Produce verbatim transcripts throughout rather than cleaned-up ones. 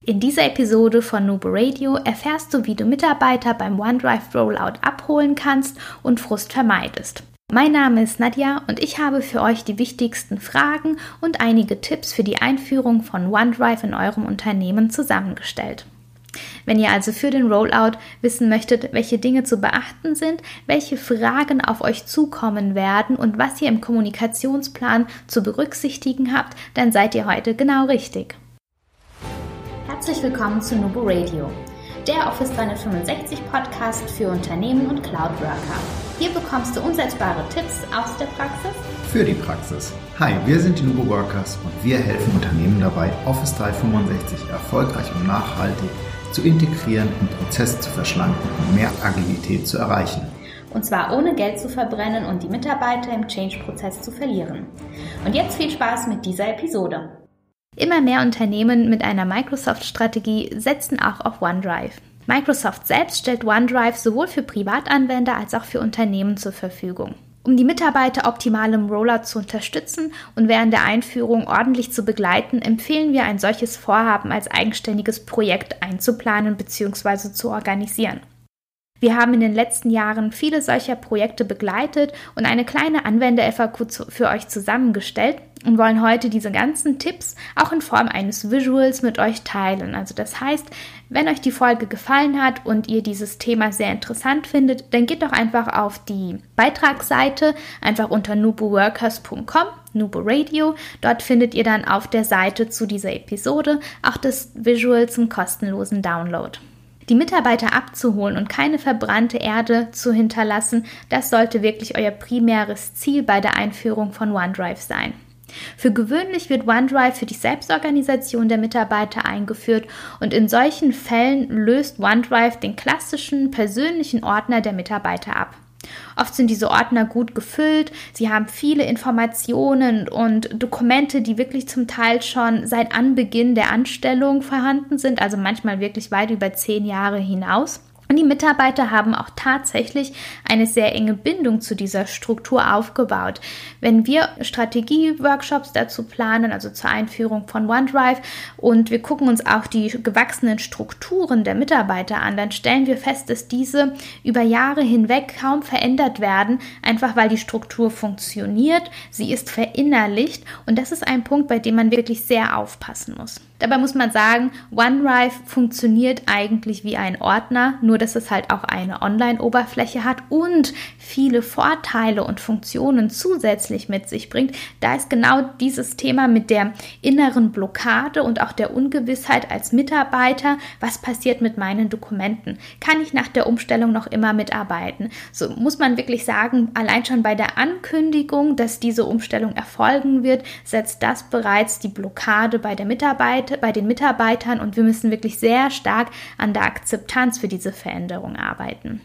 In dieser Episode von Nubo Radio erfährst du, wie du Mitarbeiter beim OneDrive Rollout abholen kannst und Frust vermeidest. Mein Name ist Nadja und ich habe für euch die wichtigsten Fragen und einige Tipps für die Einführung von OneDrive in eurem Unternehmen zusammengestellt. Wenn ihr also für den Rollout wissen möchtet, welche Dinge zu beachten sind, welche Fragen auf euch zukommen werden und was ihr im Kommunikationsplan zu berücksichtigen habt, dann seid ihr heute genau richtig. Herzlich willkommen zu Nubo Radio, der Office dreihundertfünfundsechzig Podcast für Unternehmen und Cloud-Worker. Hier bekommst du umsetzbare Tipps aus der Praxis für die Praxis. Hi, wir sind die Nubo Workers und wir helfen Unternehmen dabei, Office dreihundertfünfundsechzig erfolgreich und nachhaltig zu integrieren und Prozesse zu verschlanken und mehr Agilität zu erreichen. Und zwar ohne Geld zu verbrennen und die Mitarbeiter im Change-Prozess zu verlieren. Und jetzt viel Spaß mit dieser Episode. Immer mehr Unternehmen mit einer Microsoft-Strategie setzen auch auf OneDrive. Microsoft selbst stellt OneDrive sowohl für Privatanwender als auch für Unternehmen zur Verfügung. Um die Mitarbeiter optimal im Rollout zu unterstützen und während der Einführung ordentlich zu begleiten, empfehlen wir, ein solches Vorhaben als eigenständiges Projekt einzuplanen bzw. zu organisieren. Wir haben in den letzten Jahren viele solcher Projekte begleitet und eine kleine Anwender-F A Q für euch zusammengestellt und wollen heute diese ganzen Tipps auch in Form eines Visuals mit euch teilen. Also das heißt, wenn euch die Folge gefallen hat und ihr dieses Thema sehr interessant findet, dann geht doch einfach auf die Beitragsseite, einfach unter nubo workers punkt com, Nubo Radio. Dort findet ihr dann auf der Seite zu dieser Episode auch das Visual zum kostenlosen Download. Die Mitarbeiter abzuholen und keine verbrannte Erde zu hinterlassen, das sollte wirklich euer primäres Ziel bei der Einführung von OneDrive sein. Für gewöhnlich wird OneDrive für die Selbstorganisation der Mitarbeiter eingeführt und in solchen Fällen löst OneDrive den klassischen persönlichen Ordner der Mitarbeiter ab. Oft sind diese Ordner gut gefüllt, sie haben viele Informationen und Dokumente, die wirklich zum Teil schon seit Anbeginn der Anstellung vorhanden sind, also manchmal wirklich weit über zehn Jahre hinaus. Und die Mitarbeiter haben auch tatsächlich eine sehr enge Bindung zu dieser Struktur aufgebaut. Wenn wir Strategie-Workshops dazu planen, also zur Einführung von OneDrive, und wir gucken uns auch die gewachsenen Strukturen der Mitarbeiter an, dann stellen wir fest, dass diese über Jahre hinweg kaum verändert werden, einfach weil die Struktur funktioniert, sie ist verinnerlicht und das ist ein Punkt, bei dem man wirklich sehr aufpassen muss. Dabei muss man sagen, OneDrive funktioniert eigentlich wie ein Ordner, nur dass es halt auch eine Online-Oberfläche hat und viele Vorteile und Funktionen zusätzlich mit sich bringt. Da ist genau dieses Thema mit der inneren Blockade und auch der Ungewissheit als Mitarbeiter, was passiert mit meinen Dokumenten? Kann ich nach der Umstellung noch immer mitarbeiten? So muss man wirklich sagen, allein schon bei der Ankündigung, dass diese Umstellung erfolgen wird, setzt das bereits die Blockade bei der Mitarbeiter bei den Mitarbeitern und wir müssen wirklich sehr stark an der Akzeptanz für diese Veränderung arbeiten.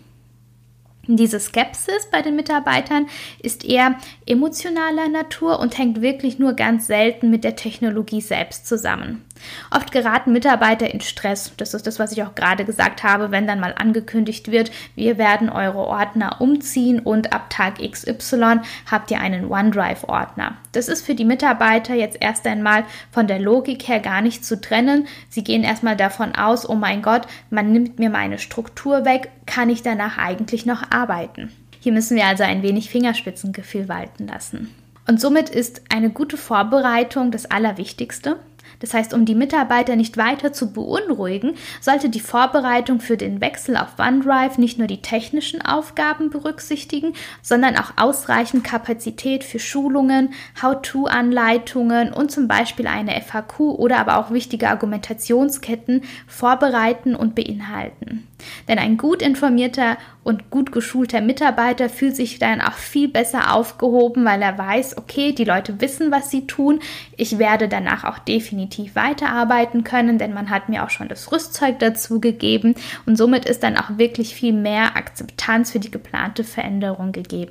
Diese Skepsis bei den Mitarbeitern ist eher emotionaler Natur und hängt wirklich nur ganz selten mit der Technologie selbst zusammen. Oft geraten Mitarbeiter in Stress. Das ist das, was ich auch gerade gesagt habe, wenn dann mal angekündigt wird, wir werden eure Ordner umziehen und ab Tag X Y habt ihr einen OneDrive-Ordner. Das ist für die Mitarbeiter jetzt erst einmal von der Logik her gar nicht zu trennen. Sie gehen erstmal davon aus, oh mein Gott, man nimmt mir meine Struktur weg, kann ich danach eigentlich noch arbeiten? Hier müssen wir also ein wenig Fingerspitzengefühl walten lassen. Und somit ist eine gute Vorbereitung das Allerwichtigste. Das heißt, um die Mitarbeiter nicht weiter zu beunruhigen, sollte die Vorbereitung für den Wechsel auf OneDrive nicht nur die technischen Aufgaben berücksichtigen, sondern auch ausreichend Kapazität für Schulungen, How-to-Anleitungen und zum Beispiel eine F A Q oder aber auch wichtige Argumentationsketten vorbereiten und beinhalten. Denn ein gut informierter und gut geschulter Mitarbeiter fühlt sich dann auch viel besser aufgehoben, weil er weiß, okay, die Leute wissen, was sie tun. Ich werde danach auch definitiv weiterarbeiten können, denn man hat mir auch schon das Rüstzeug dazu gegeben und somit ist dann auch wirklich viel mehr Akzeptanz für die geplante Veränderung gegeben.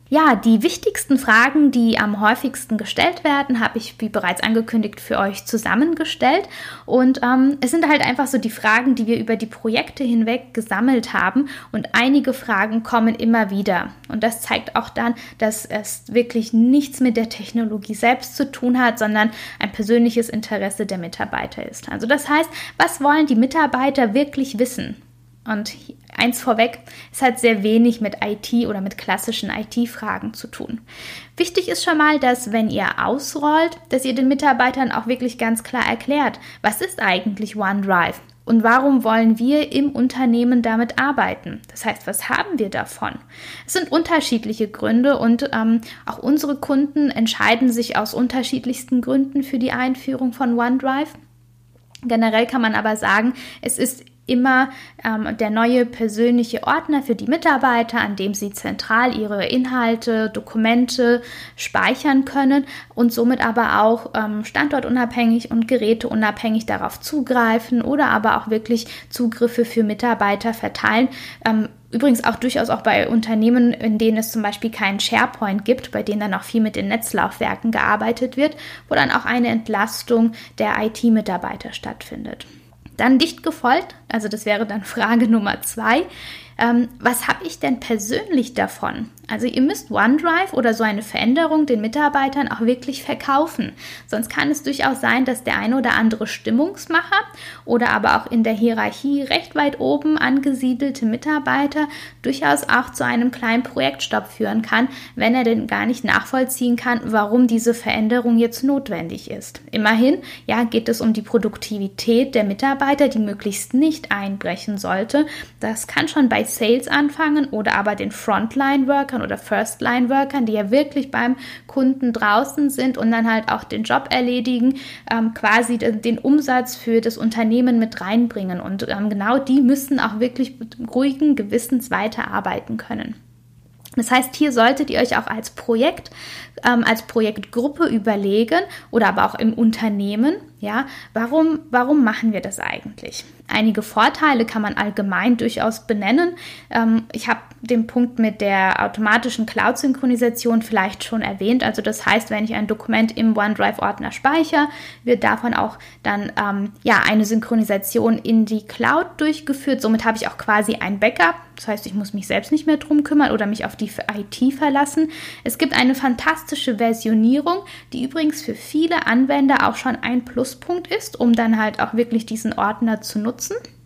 Ja, die wichtigsten Fragen, die am häufigsten gestellt werden, habe ich, wie bereits angekündigt, für euch zusammengestellt. Und ähm, es sind halt einfach so die Fragen, die wir über die Projekte hinweg gesammelt haben. Und einige Fragen kommen immer wieder. Und das zeigt auch dann, dass es wirklich nichts mit der Technologie selbst zu tun hat, sondern ein persönliches Interesse der Mitarbeiter ist. Also das heißt, was wollen die Mitarbeiter wirklich wissen? Und eins vorweg, es hat sehr wenig mit I T oder mit klassischen I T-Fragen zu tun. Wichtig ist schon mal, dass wenn ihr ausrollt, dass ihr den Mitarbeitern auch wirklich ganz klar erklärt, was ist eigentlich OneDrive und warum wollen wir im Unternehmen damit arbeiten. Das heißt, was haben wir davon? Es sind unterschiedliche Gründe und ähm, auch unsere Kunden entscheiden sich aus unterschiedlichsten Gründen für die Einführung von OneDrive. Generell kann man aber sagen, es ist immer ähm, der neue persönliche Ordner für die Mitarbeiter, an dem sie zentral ihre Inhalte, Dokumente speichern können und somit aber auch ähm, standortunabhängig und geräteunabhängig darauf zugreifen oder aber auch wirklich Zugriffe für Mitarbeiter verteilen. Ähm, Übrigens auch durchaus auch bei Unternehmen, in denen es zum Beispiel keinen SharePoint gibt, bei denen dann auch viel mit den Netzlaufwerken gearbeitet wird, wo dann auch eine Entlastung der I T-Mitarbeiter stattfindet. Dann dicht gefolgt, also das wäre dann Frage Nummer zwei, ähm, was habe ich denn persönlich davon? Also ihr müsst OneDrive oder so eine Veränderung den Mitarbeitern auch wirklich verkaufen. Sonst kann es durchaus sein, dass der eine oder andere Stimmungsmacher oder aber auch in der Hierarchie recht weit oben angesiedelte Mitarbeiter durchaus auch zu einem kleinen Projektstopp führen kann, wenn er denn gar nicht nachvollziehen kann, warum diese Veränderung jetzt notwendig ist. Immerhin, ja, geht es um die Produktivität der Mitarbeiter, die möglichst nicht einbrechen sollte. Das kann schon bei Sales anfangen oder aber den Frontline-Workern oder First-Line-Workern, die ja wirklich beim Kunden draußen sind und dann halt auch den Job erledigen, ähm, quasi den, den Umsatz für das Unternehmen mit reinbringen. Und ähm, genau die müssen auch wirklich mit ruhigen Gewissens weiterarbeiten können. Das heißt, hier solltet ihr euch auch als Projekt, ähm, als Projektgruppe überlegen oder aber auch im Unternehmen, ja, warum, warum machen wir das eigentlich? Einige Vorteile kann man allgemein durchaus benennen. Ähm, ich habe den Punkt mit der automatischen Cloud-Synchronisation vielleicht schon erwähnt. Also das heißt, wenn ich ein Dokument im OneDrive-Ordner speichere, wird davon auch dann ähm, ja, eine Synchronisation in die Cloud durchgeführt. Somit habe ich auch quasi ein Backup. Das heißt, ich muss mich selbst nicht mehr drum kümmern oder mich auf die I T verlassen. Es gibt eine fantastische Versionierung, die übrigens für viele Anwender auch schon ein Pluspunkt ist, um dann halt auch wirklich diesen Ordner zu nutzen.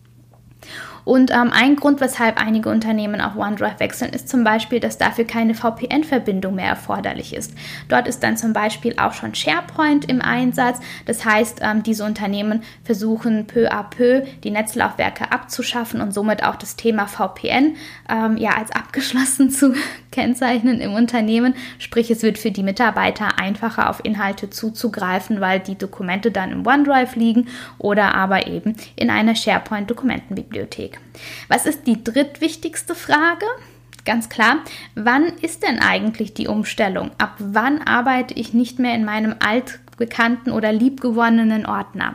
Und ähm, ein Grund, weshalb einige Unternehmen auf OneDrive wechseln, ist zum Beispiel, dass dafür keine V P N-Verbindung mehr erforderlich ist. Dort ist dann zum Beispiel auch schon SharePoint im Einsatz. Das heißt, ähm, diese Unternehmen versuchen peu à peu die Netzlaufwerke abzuschaffen und somit auch das Thema V P N ähm, ja, als abgeschlossen zu kennzeichnen im Unternehmen. Sprich, es wird für die Mitarbeiter einfacher, auf Inhalte zuzugreifen, weil die Dokumente dann im OneDrive liegen oder aber eben in einer SharePoint-Dokumentenbibliothek. Was ist die drittwichtigste Frage? Ganz klar, wann ist denn eigentlich die Umstellung? Ab wann arbeite ich nicht mehr in meinem altbekannten oder liebgewonnenen Ordner?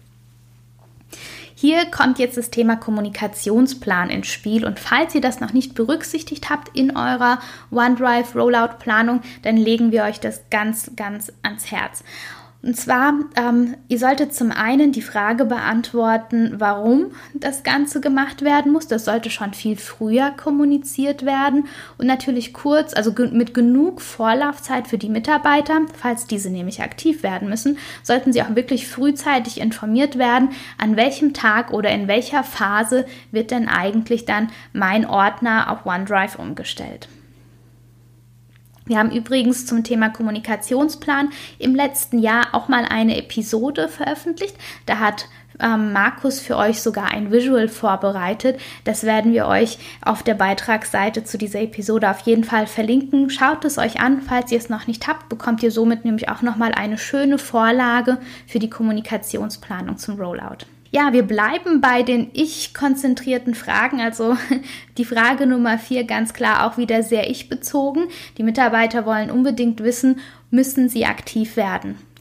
Hier kommt jetzt das Thema Kommunikationsplan ins Spiel und falls ihr das noch nicht berücksichtigt habt in eurer OneDrive Rollout-Planung, dann legen wir euch das ganz, ganz ans Herz. Und zwar, ähm, ihr solltet zum einen die Frage beantworten, warum das Ganze gemacht werden muss. Das sollte schon viel früher kommuniziert werden und natürlich kurz, also ge- mit genug Vorlaufzeit für die Mitarbeiter, falls diese nämlich aktiv werden müssen, sollten sie auch wirklich frühzeitig informiert werden, an welchem Tag oder in welcher Phase wird denn eigentlich dann mein Ordner auf OneDrive umgestellt. Wir haben übrigens zum Thema Kommunikationsplan im letzten Jahr auch mal eine Episode veröffentlicht. Da hat ähm, Markus für euch sogar ein Visual vorbereitet. Das werden wir euch auf der Beitragsseite zu dieser Episode auf jeden Fall verlinken. Schaut es euch an. Falls ihr es noch nicht habt, bekommt ihr somit nämlich auch nochmal eine schöne Vorlage für die Kommunikationsplanung zum Rollout. Ja, wir bleiben bei den ich-konzentrierten Fragen, also die Frage Nummer vier ganz klar auch wieder sehr ich-bezogen. Die Mitarbeiter wollen unbedingt wissen, müssen sie aktiv werden?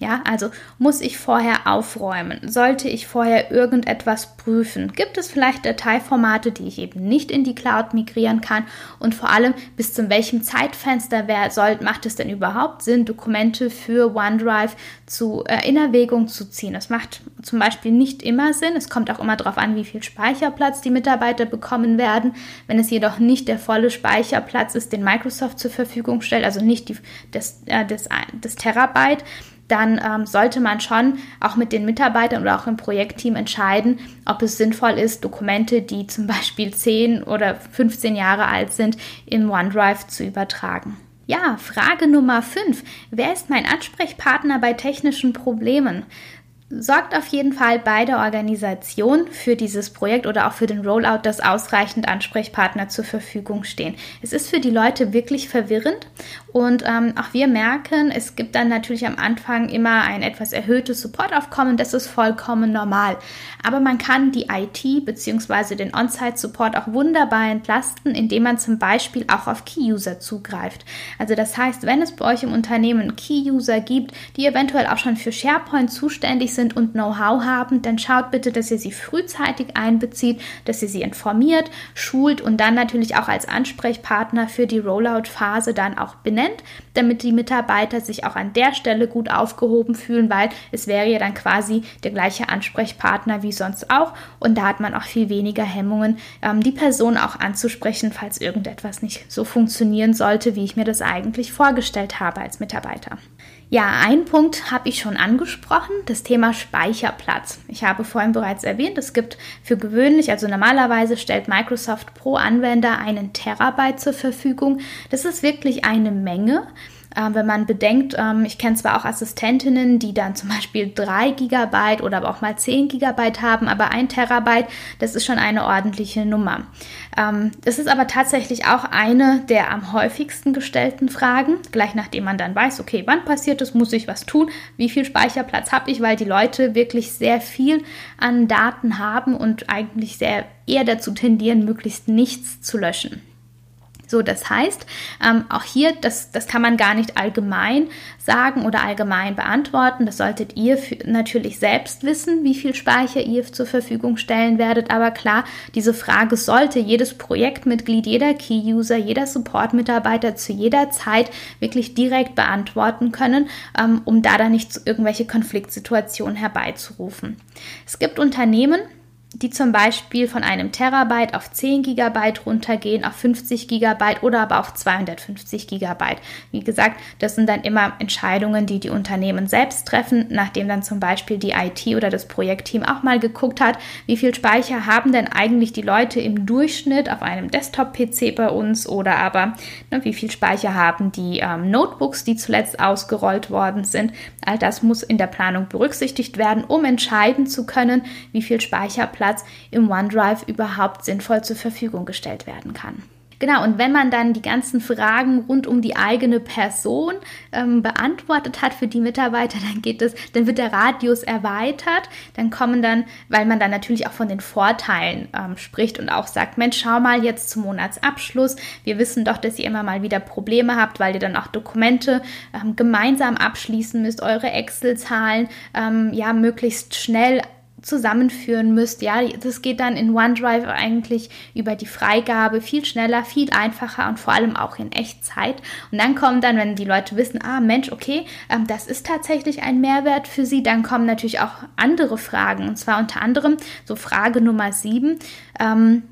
Ja, also muss ich vorher aufräumen? Sollte ich vorher irgendetwas prüfen? Gibt es vielleicht Dateiformate, die ich eben nicht in die Cloud migrieren kann? Und vor allem, bis zu welchem Zeitfenster wer soll, macht es denn überhaupt Sinn, Dokumente für OneDrive zu, äh, in Erwägung zu ziehen? Das macht zum Beispiel nicht immer Sinn. Es kommt auch immer darauf an, wie viel Speicherplatz die Mitarbeiter bekommen werden. Wenn es jedoch nicht der volle Speicherplatz ist, den Microsoft zur Verfügung stellt, also nicht die, das, äh, das, das Terabyte, dann ähm, sollte man schon auch mit den Mitarbeitern oder auch im Projektteam entscheiden, ob es sinnvoll ist, Dokumente, die zum Beispiel zehn oder fünfzehn Jahre alt sind, in OneDrive zu übertragen. Ja, Frage Nummer fünf. Wer ist mein Ansprechpartner bei technischen Problemen? Sorgt auf jeden Fall bei der Organisation für dieses Projekt oder auch für den Rollout, dass ausreichend Ansprechpartner zur Verfügung stehen. Es ist für die Leute wirklich verwirrend und ähm, auch wir merken, es gibt dann natürlich am Anfang immer ein etwas erhöhtes Supportaufkommen, das ist vollkommen normal. Aber man kann die I T bzw. den On-Site-Support auch wunderbar entlasten, indem man zum Beispiel auch auf Key-User zugreift. Also das heißt, wenn es bei euch im Unternehmen Key-User gibt, die eventuell auch schon für SharePoint zuständig sind, und Know-how haben, dann schaut bitte, dass ihr sie frühzeitig einbezieht, dass ihr sie informiert, schult und dann natürlich auch als Ansprechpartner für die Rollout-Phase dann auch benennt, damit die Mitarbeiter sich auch an der Stelle gut aufgehoben fühlen, weil es wäre ja dann quasi der gleiche Ansprechpartner wie sonst auch und da hat man auch viel weniger Hemmungen, ähm, die Person auch anzusprechen, falls irgendetwas nicht so funktionieren sollte, wie ich mir das eigentlich vorgestellt habe als Mitarbeiter. Ja, einen Punkt habe ich schon angesprochen, das Thema Speicherplatz. Ich habe vorhin bereits erwähnt, es gibt für gewöhnlich, also normalerweise stellt Microsoft pro Anwender einen Terabyte zur Verfügung. Das ist wirklich eine Menge. Äh, wenn man bedenkt, ähm, ich kenne zwar auch Assistentinnen, die dann zum Beispiel drei Gigabyte oder aber auch mal zehn Gigabyte haben, aber ein Terabyte, das ist schon eine ordentliche Nummer. Ähm, das ist aber tatsächlich auch eine der am häufigsten gestellten Fragen, gleich nachdem man dann weiß, okay, wann passiert das, muss ich was tun, wie viel Speicherplatz habe ich, weil die Leute wirklich sehr viel an Daten haben und eigentlich sehr eher dazu tendieren, möglichst nichts zu löschen. So, das heißt, ähm, auch hier, das, das kann man gar nicht allgemein sagen oder allgemein beantworten. Das solltet ihr für, natürlich selbst wissen, wie viel Speicher ihr zur Verfügung stellen werdet. Aber klar, diese Frage sollte jedes Projektmitglied, jeder Key-User, jeder Support-Mitarbeiter zu jeder Zeit wirklich direkt beantworten können, ähm, um da dann nicht irgendwelche Konfliktsituationen herbeizurufen. Es gibt Unternehmen, die zum Beispiel von einem Terabyte auf zehn Gigabyte runtergehen, auf fünfzig Gigabyte oder aber auf zweihundertfünfzig Gigabyte. Wie gesagt, das sind dann immer Entscheidungen, die die Unternehmen selbst treffen, nachdem dann zum Beispiel die I T oder das Projektteam auch mal geguckt hat, wie viel Speicher haben denn eigentlich die Leute im Durchschnitt auf einem Desktop-P C bei uns oder aber ne, wie viel Speicher haben die ähm, Notebooks, die zuletzt ausgerollt worden sind. All das muss in der Planung berücksichtigt werden, um entscheiden zu können, wie viel Speicherplatz im OneDrive überhaupt sinnvoll zur Verfügung gestellt werden kann. Genau, und wenn man dann die ganzen Fragen rund um die eigene Person ähm, beantwortet hat für die Mitarbeiter, dann geht es, dann wird der Radius erweitert, dann kommen dann, weil man dann natürlich auch von den Vorteilen ähm, spricht und auch sagt, Mensch, schau mal jetzt zum Monatsabschluss, wir wissen doch, dass ihr immer mal wieder Probleme habt, weil ihr dann auch Dokumente ähm, gemeinsam abschließen müsst, eure Excel-Zahlen ähm, ja möglichst schnell zusammenführen müsst. Ja, das geht dann in OneDrive eigentlich über die Freigabe viel schneller, viel einfacher und vor allem auch in Echtzeit. Und dann kommen dann, wenn die Leute wissen, ah Mensch, okay, ähm, das ist tatsächlich ein Mehrwert für sie, dann kommen natürlich auch andere Fragen. Und zwar unter anderem so Frage Nummer sieben, ähm,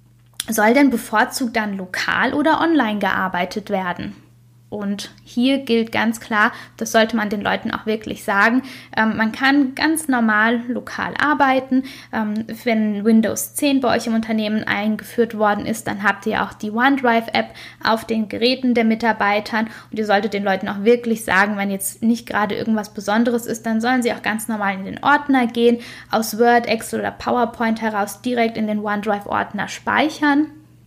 soll denn bevorzugt dann lokal oder online gearbeitet werden? Und hier gilt ganz klar, das sollte man den Leuten auch wirklich sagen, ähm, man kann ganz normal lokal arbeiten. Ähm, wenn Windows zehn bei euch im Unternehmen eingeführt worden ist, dann habt ihr auch die OneDrive-App auf den Geräten der Mitarbeitern und ihr solltet den Leuten auch wirklich sagen, wenn jetzt nicht gerade irgendwas Besonderes ist, dann sollen sie auch ganz normal in den Ordner gehen, aus Word, Excel oder PowerPoint heraus direkt in den OneDrive-Ordner speichern.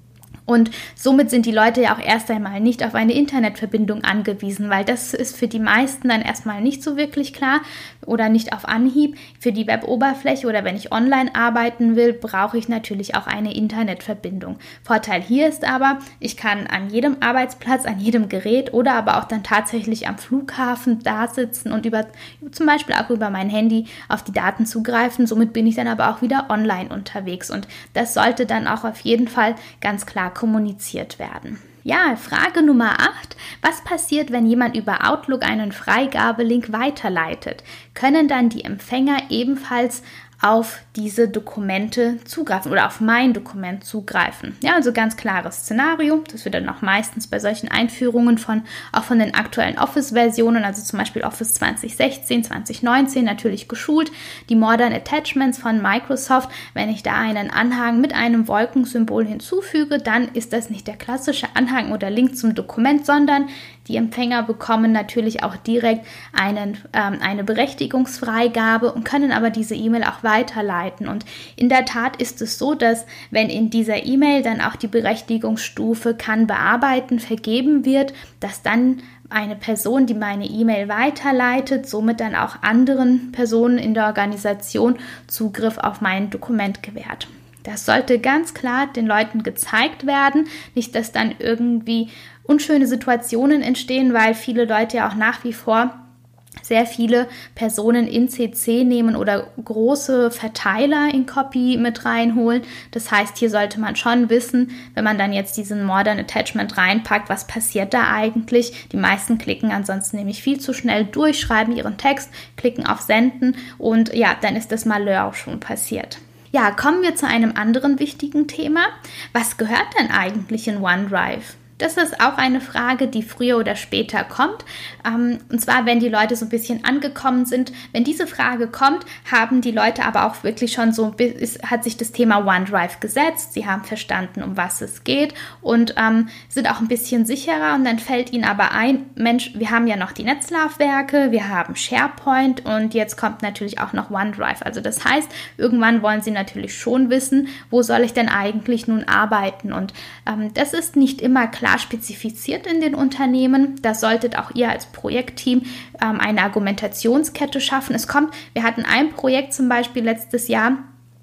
Und somit sind die Leute ja auch erst einmal nicht auf eine Internetverbindung angewiesen, weil das ist für die meisten dann erstmal nicht so wirklich klar oder nicht auf Anhieb. Für die Web-Oberfläche oder wenn ich online arbeiten will, brauche ich natürlich auch eine Internetverbindung. Vorteil hier ist aber, ich kann an jedem Arbeitsplatz, an jedem Gerät oder aber auch dann tatsächlich am Flughafen da sitzen und über, zum Beispiel auch über mein Handy auf die Daten zugreifen. Somit bin ich dann aber auch wieder online unterwegs und das sollte dann auch auf jeden Fall ganz klar kommuniziert werden. Ja, Frage Nummer acht. Was passiert, wenn jemand über Outlook einen Freigabelink weiterleitet? Können dann die Empfänger ebenfalls auf diese Dokumente zugreifen oder auf mein Dokument zugreifen? Ja, also ganz klares Szenario. Das wird dann auch meistens bei solchen Einführungen von, auch von den aktuellen Office-Versionen, also zum Beispiel Office zwanzig sechzehn, zwanzig neunzehn natürlich geschult. Die Modern Attachments von Microsoft, wenn ich da einen Anhang mit einem Wolkensymbol hinzufüge, dann ist das nicht der klassische Anhang oder Link zum Dokument, sondern die Empfänger bekommen natürlich auch direkt einen, ähm, eine Berechtigungsfreigabe und können aber diese E-Mail auch weiterleiten. Und in der Tat ist es so, dass wenn in dieser E-Mail dann auch die Berechtigungsstufe kann bearbeiten vergeben wird, dass dann eine Person, die meine E-Mail weiterleitet, somit dann auch anderen Personen in der Organisation Zugriff auf mein Dokument gewährt. Das sollte ganz klar den Leuten gezeigt werden, nicht dass dann irgendwie unschöne Situationen entstehen, weil viele Leute ja auch nach wie vor sehr viele Personen in C C nehmen oder große Verteiler in Copy mit reinholen. Das heißt, hier sollte man schon wissen, wenn man dann jetzt diesen Modern Attachment reinpackt, was passiert da eigentlich? Die meisten klicken ansonsten nämlich viel zu schnell durch, schreiben ihren Text, klicken auf Senden und ja, dann ist das Malheur auch schon passiert. Ja, kommen wir zu einem anderen wichtigen Thema. Was gehört denn eigentlich in OneDrive? Das ist auch eine Frage, die früher oder später kommt. Ähm, und zwar, wenn die Leute so ein bisschen angekommen sind. Wenn diese Frage kommt, haben die Leute aber auch wirklich schon so, ist, hat sich das Thema OneDrive gesetzt. Sie haben verstanden, um was es geht und ähm, sind auch ein bisschen sicherer. Und dann fällt ihnen aber ein, Mensch, wir haben ja noch die Netzlaufwerke, wir haben SharePoint und jetzt kommt natürlich auch noch OneDrive. Also das heißt, irgendwann wollen sie natürlich schon wissen, wo soll ich denn eigentlich nun arbeiten? Und ähm, das ist nicht immer klar klar spezifiziert in den Unternehmen. Da solltet auch ihr als Projektteam ähm, eine Argumentationskette schaffen. Es kommt, wir hatten ein Projekt zum Beispiel letztes Jahr,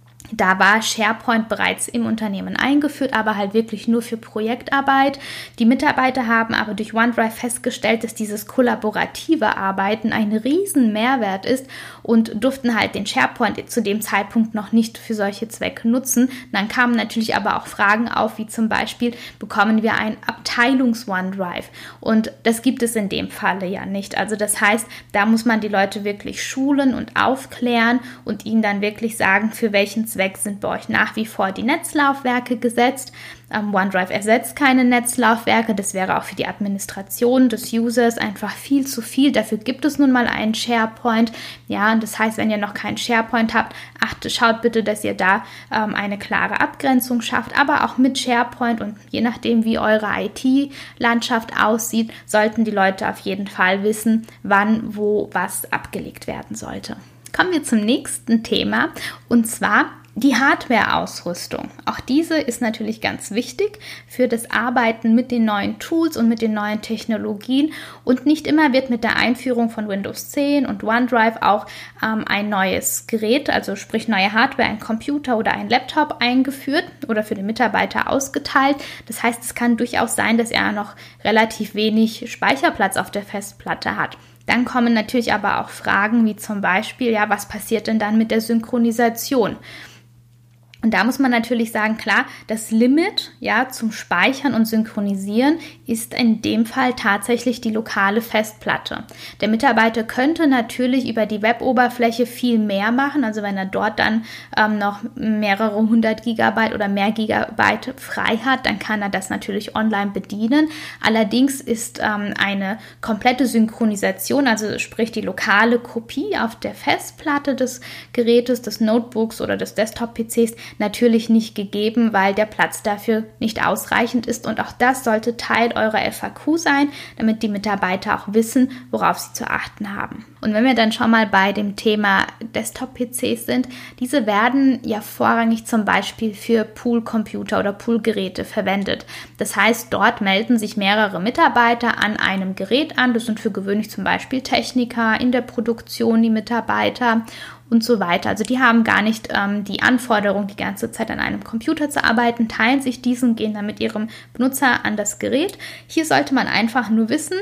da war SharePoint bereits im Unternehmen eingeführt, aber halt wirklich nur für Projektarbeit. Die Mitarbeiter haben aber durch OneDrive festgestellt, dass dieses kollaborative Arbeiten ein riesen Mehrwert ist und durften halt den SharePoint zu dem Zeitpunkt noch nicht für solche Zwecke nutzen. Dann kamen natürlich aber auch Fragen auf, wie zum Beispiel, bekommen wir ein Abteilungs-OneDrive? Und das gibt es in dem Falle ja nicht. Also das heißt, da muss man die Leute wirklich schulen und aufklären und ihnen dann wirklich sagen, für welchen Zweck sind bei euch nach wie vor die Netzlaufwerke gesetzt. Ähm, OneDrive ersetzt keine Netzlaufwerke, das wäre auch für die Administration des Users einfach viel zu viel. Dafür gibt es nun mal einen SharePoint. Ja, und das heißt, wenn ihr noch keinen SharePoint habt, achte, schaut bitte, dass ihr da ähm, eine klare Abgrenzung schafft, aber auch mit SharePoint und je nachdem, wie eure I T-Landschaft aussieht, sollten die Leute auf jeden Fall wissen, wann, wo, was abgelegt werden sollte. Kommen wir zum nächsten Thema und zwar die Hardware-Ausrüstung. Auch diese ist natürlich ganz wichtig für das Arbeiten mit den neuen Tools und mit den neuen Technologien und nicht immer wird mit der Einführung von Windows zehn und OneDrive auch ähm, ein neues Gerät, also sprich neue Hardware, ein Computer oder ein Laptop eingeführt oder für den Mitarbeiter ausgeteilt. Das heißt, es kann durchaus sein, dass er noch relativ wenig Speicherplatz auf der Festplatte hat. Dann kommen natürlich aber auch Fragen wie zum Beispiel, ja, was passiert denn dann mit der Synchronisation? Und da muss man natürlich sagen, klar, das Limit ja, zum Speichern und Synchronisieren ist in dem Fall tatsächlich die lokale Festplatte. Der Mitarbeiter könnte natürlich über die Web-Oberfläche viel mehr machen, also wenn er dort dann ähm, noch mehrere hundert Gigabyte oder mehr Gigabyte frei hat, dann kann er das natürlich online bedienen. Allerdings ist ähm, eine komplette Synchronisation, also sprich die lokale Kopie auf der Festplatte des Gerätes, des Notebooks oder des Desktop-P Cs, natürlich nicht gegeben, weil der Platz dafür nicht ausreichend ist. Und auch das sollte Teil eurer F A Q sein, damit die Mitarbeiter auch wissen, worauf sie zu achten haben. Und wenn wir dann schon mal bei dem Thema Desktop-P Cs sind, diese werden ja vorrangig zum Beispiel für Poolcomputer oder Poolgeräte verwendet. Das heißt, dort melden sich mehrere Mitarbeiter an einem Gerät an. Das sind für gewöhnlich zum Beispiel Techniker, in der Produktion die Mitarbeiter und so weiter. Also die haben gar nicht ähm, die Anforderung, die ganze Zeit an einem Computer zu arbeiten, teilen sich diesen, gehen dann mit ihrem Benutzer an das Gerät. Hier sollte man einfach nur wissen,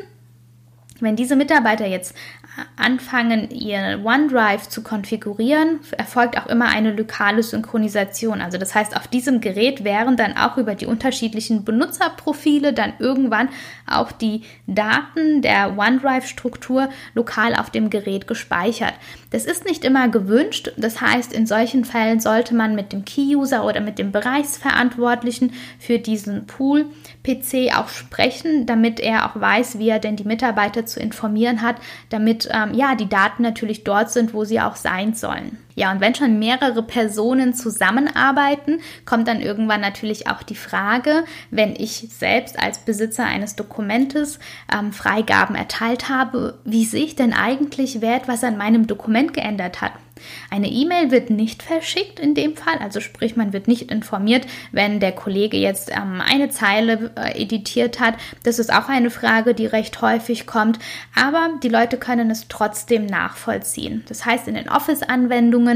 wenn diese Mitarbeiter jetzt anfangen, ihr OneDrive zu konfigurieren, erfolgt auch immer eine lokale Synchronisation. Also das heißt, auf diesem Gerät wären dann auch über die unterschiedlichen Benutzerprofile dann irgendwann auch die Daten der OneDrive-Struktur lokal auf dem Gerät gespeichert. Das ist nicht immer gewünscht. Das heißt, in solchen Fällen sollte man mit dem Key-User oder mit dem Bereichsverantwortlichen für diesen Pool-P C auch sprechen, damit er auch weiß, wie er denn die Mitarbeiter zu informieren hat, damit ähm, ja, die Daten natürlich dort sind, wo sie auch sein sollen. Ja, und wenn schon mehrere Personen zusammenarbeiten, kommt dann irgendwann natürlich auch die Frage, wenn ich selbst als Besitzer eines Dokumentes ähm, Freigaben erteilt habe, wie sehe ich denn eigentlich, wer etwas an meinem Dokument geändert hat? Eine E-Mail wird nicht verschickt in dem Fall, also sprich, man wird nicht informiert, wenn der Kollege jetzt ähm, eine Zeile äh, editiert hat. Das ist auch eine Frage, die recht häufig kommt, aber die Leute können es trotzdem nachvollziehen. Das heißt, in den Office-Anwendungen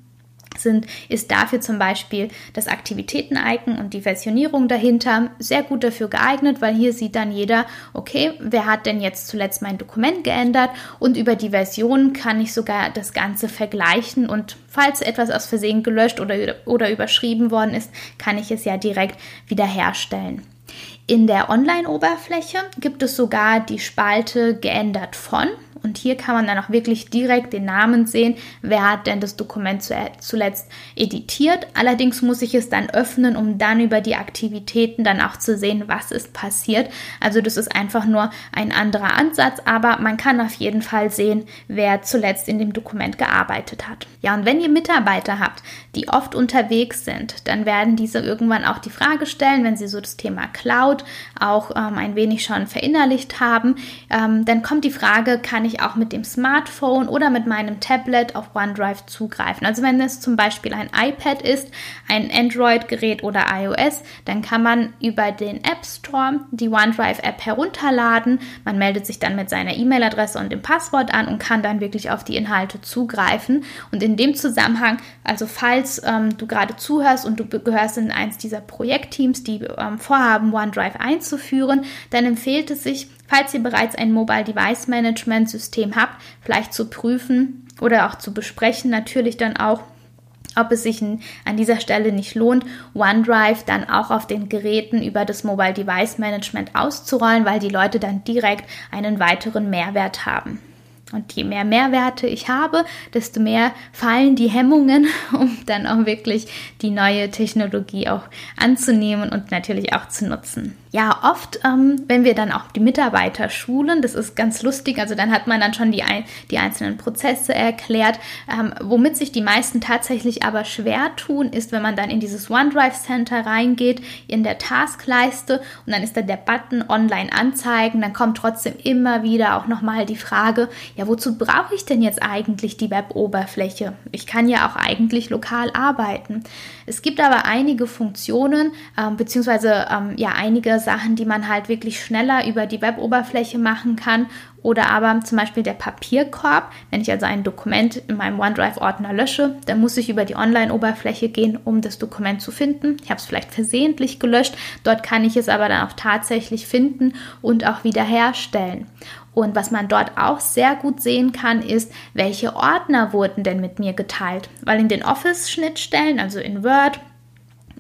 Sind, ist dafür zum Beispiel das Aktivitäten-Icon und die Versionierung dahinter sehr gut dafür geeignet, weil hier sieht dann jeder, okay, wer hat denn jetzt zuletzt mein Dokument geändert, und über die Version kann ich sogar das Ganze vergleichen, und falls etwas aus Versehen gelöscht oder, oder überschrieben worden ist, kann ich es ja direkt wiederherstellen. In der Online-Oberfläche gibt es sogar die Spalte geändert von. Und hier kann man dann auch wirklich direkt den Namen sehen, wer hat denn das Dokument zuletzt editiert. Allerdings muss ich es dann öffnen, um dann über die Aktivitäten dann auch zu sehen, was ist passiert. Also das ist einfach nur ein anderer Ansatz, aber man kann auf jeden Fall sehen, wer zuletzt in dem Dokument gearbeitet hat. Ja, und wenn ihr Mitarbeiter habt, die oft unterwegs sind, dann werden diese irgendwann auch die Frage stellen, wenn sie so das Thema Cloud auch ähm, ein wenig schon verinnerlicht haben, ähm, dann kommt die Frage, kann ich auch mit dem Smartphone oder mit meinem Tablet auf OneDrive zugreifen. Also wenn es zum Beispiel ein iPad ist, ein Android-Gerät oder iOS, dann kann man über den App Store die OneDrive-App herunterladen. Man meldet sich dann mit seiner E-Mail-Adresse und dem Passwort an und kann dann wirklich auf die Inhalte zugreifen. Und in dem Zusammenhang, also falls ähm, du gerade zuhörst und du gehörst in eins dieser Projektteams, die ähm, vorhaben, OneDrive einzuführen, dann empfiehlt es sich, falls ihr bereits ein Mobile Device Management System habt, vielleicht zu prüfen oder auch zu besprechen, natürlich dann auch, ob es sich an dieser Stelle nicht lohnt, OneDrive dann auch auf den Geräten über das Mobile Device Management auszurollen, weil die Leute dann direkt einen weiteren Mehrwert haben. Und je mehr Mehrwerte ich habe, desto mehr fallen die Hemmungen, um dann auch wirklich die neue Technologie auch anzunehmen und natürlich auch zu nutzen. Ja, oft, ähm, wenn wir dann auch die Mitarbeiter schulen, das ist ganz lustig, also dann hat man dann schon die, die einzelnen Prozesse erklärt. Ähm, womit sich die meisten tatsächlich aber schwer tun, ist, wenn man dann in dieses OneDrive Center reingeht, in der Taskleiste, und dann ist da der Button Online anzeigen, dann kommt trotzdem immer wieder auch nochmal die Frage, ja, wozu brauche ich denn jetzt eigentlich die Web-Oberfläche? Ich kann ja auch eigentlich lokal arbeiten. Es gibt aber einige Funktionen, ähm, beziehungsweise ähm, ja einige Sachen, die man halt wirklich schneller über die Web-Oberfläche machen kann, oder aber zum Beispiel der Papierkorb. Wenn ich also ein Dokument in meinem OneDrive-Ordner lösche, dann muss ich über die Online-Oberfläche gehen, um das Dokument zu finden. Ich habe es vielleicht versehentlich gelöscht, dort kann ich es aber dann auch tatsächlich finden und auch wiederherstellen. Und was man dort auch sehr gut sehen kann, ist, welche Ordner wurden denn mit mir geteilt. Weil in den Office-Schnittstellen, also in Word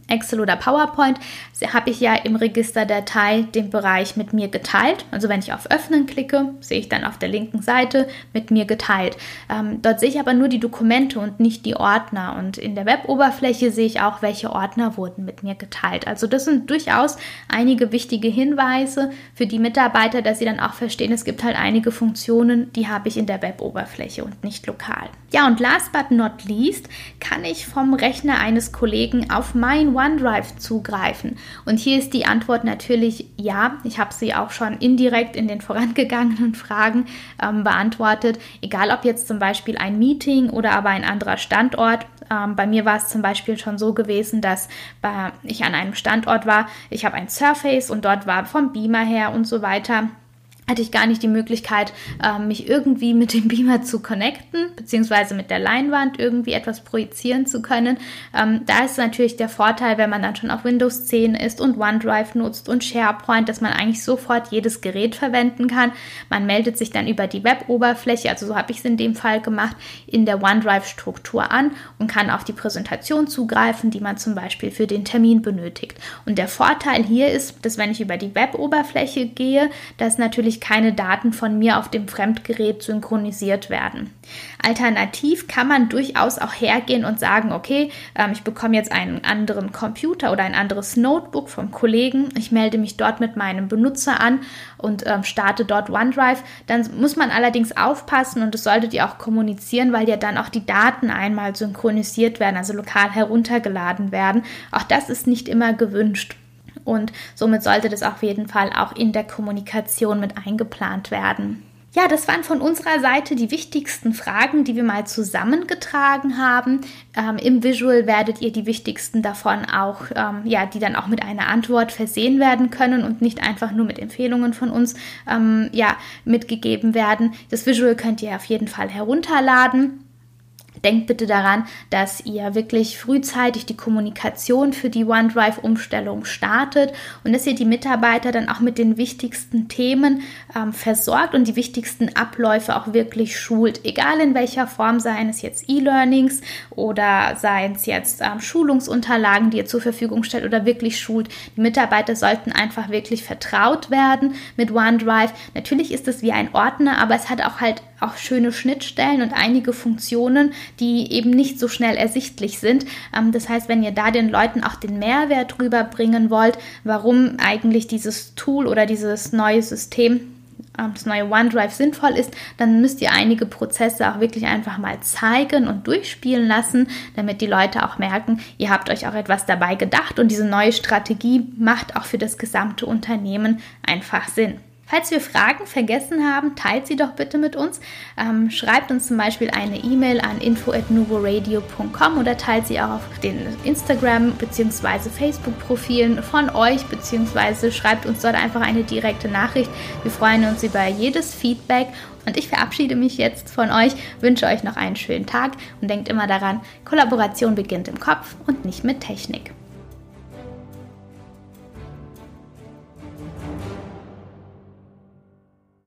Excel oder PowerPoint, habe ich ja im Register Datei den Bereich mit mir geteilt. Also wenn ich auf Öffnen klicke, sehe ich dann auf der linken Seite mit mir geteilt. Ähm, dort sehe ich aber nur die Dokumente und nicht die Ordner. Und in der Web-Oberfläche sehe ich auch, welche Ordner wurden mit mir geteilt. Also das sind durchaus einige wichtige Hinweise für die Mitarbeiter, dass sie dann auch verstehen, es gibt halt einige Funktionen, die habe ich in der Web-Oberfläche und nicht lokal. Ja, und last but not least kann ich vom Rechner eines Kollegen auf mein OneDrive zugreifen. Und hier ist die Antwort natürlich ja. Ich habe sie auch schon indirekt in den vorangegangenen Fragen ähm, beantwortet. Egal ob jetzt zum Beispiel ein Meeting oder aber ein anderer Standort. Ähm, bei mir war es zum Beispiel schon so gewesen, dass bei, ich an einem Standort war. Ich habe ein Surface und dort war vom Beamer her und so weiter, hatte ich gar nicht die Möglichkeit, mich irgendwie mit dem Beamer zu connecten, beziehungsweise mit der Leinwand irgendwie etwas projizieren zu können. Da ist natürlich der Vorteil, wenn man dann schon auf Windows zehn ist und OneDrive nutzt und SharePoint, dass man eigentlich sofort jedes Gerät verwenden kann. Man meldet sich dann über die Web-Oberfläche, also so habe ich es in dem Fall gemacht, in der OneDrive-Struktur an und kann auf die Präsentation zugreifen, die man zum Beispiel für den Termin benötigt. Und der Vorteil hier ist, dass wenn ich über die Web-Oberfläche gehe, dass natürlich keine Daten von mir auf dem Fremdgerät synchronisiert werden. Alternativ kann man durchaus auch hergehen und sagen, okay, ähm, ich bekomme jetzt einen anderen Computer oder ein anderes Notebook vom Kollegen, ich melde mich dort mit meinem Benutzer an und ähm, starte dort OneDrive. Dann muss man allerdings aufpassen und das solltet ihr auch kommunizieren, weil ja dann auch die Daten einmal synchronisiert werden, also lokal heruntergeladen werden. Auch das ist nicht immer gewünscht. Und somit sollte das auf jeden Fall auch in der Kommunikation mit eingeplant werden. Ja, das waren von unserer Seite die wichtigsten Fragen, die wir mal zusammengetragen haben. Ähm, Im Visual werdet ihr die wichtigsten davon auch, ähm, ja, die dann auch mit einer Antwort versehen werden können und nicht einfach nur mit Empfehlungen von uns, ähm, ja, mitgegeben werden. Das Visual könnt ihr auf jeden Fall herunterladen. Denkt bitte daran, dass ihr wirklich frühzeitig die Kommunikation für die OneDrive-Umstellung startet und dass ihr die Mitarbeiter dann auch mit den wichtigsten Themen ähm, versorgt und die wichtigsten Abläufe auch wirklich schult. Egal in welcher Form, seien es jetzt E-Learnings oder seien es jetzt ähm, Schulungsunterlagen, die ihr zur Verfügung stellt oder wirklich schult. Die Mitarbeiter sollten einfach wirklich vertraut werden mit OneDrive. Natürlich ist es wie ein Ordner, aber es hat auch halt auch schöne Schnittstellen und einige Funktionen, die eben nicht so schnell ersichtlich sind. Das heißt, wenn ihr da den Leuten auch den Mehrwert rüberbringen wollt, warum eigentlich dieses Tool oder dieses neue System, das neue OneDrive sinnvoll ist, dann müsst ihr einige Prozesse auch wirklich einfach mal zeigen und durchspielen lassen, damit die Leute auch merken, ihr habt euch auch etwas dabei gedacht und diese neue Strategie macht auch für das gesamte Unternehmen einfach Sinn. Falls wir Fragen vergessen haben, teilt sie doch bitte mit uns. Ähm, schreibt uns zum Beispiel eine E-Mail an info at nuvoradio punkt com oder teilt sie auch auf den Instagram- bzw. Facebook-Profilen von euch, beziehungsweise schreibt uns dort einfach eine direkte Nachricht. Wir freuen uns über jedes Feedback und ich verabschiede mich jetzt von euch, wünsche euch noch einen schönen Tag und denkt immer daran, Kollaboration beginnt im Kopf und nicht mit Technik.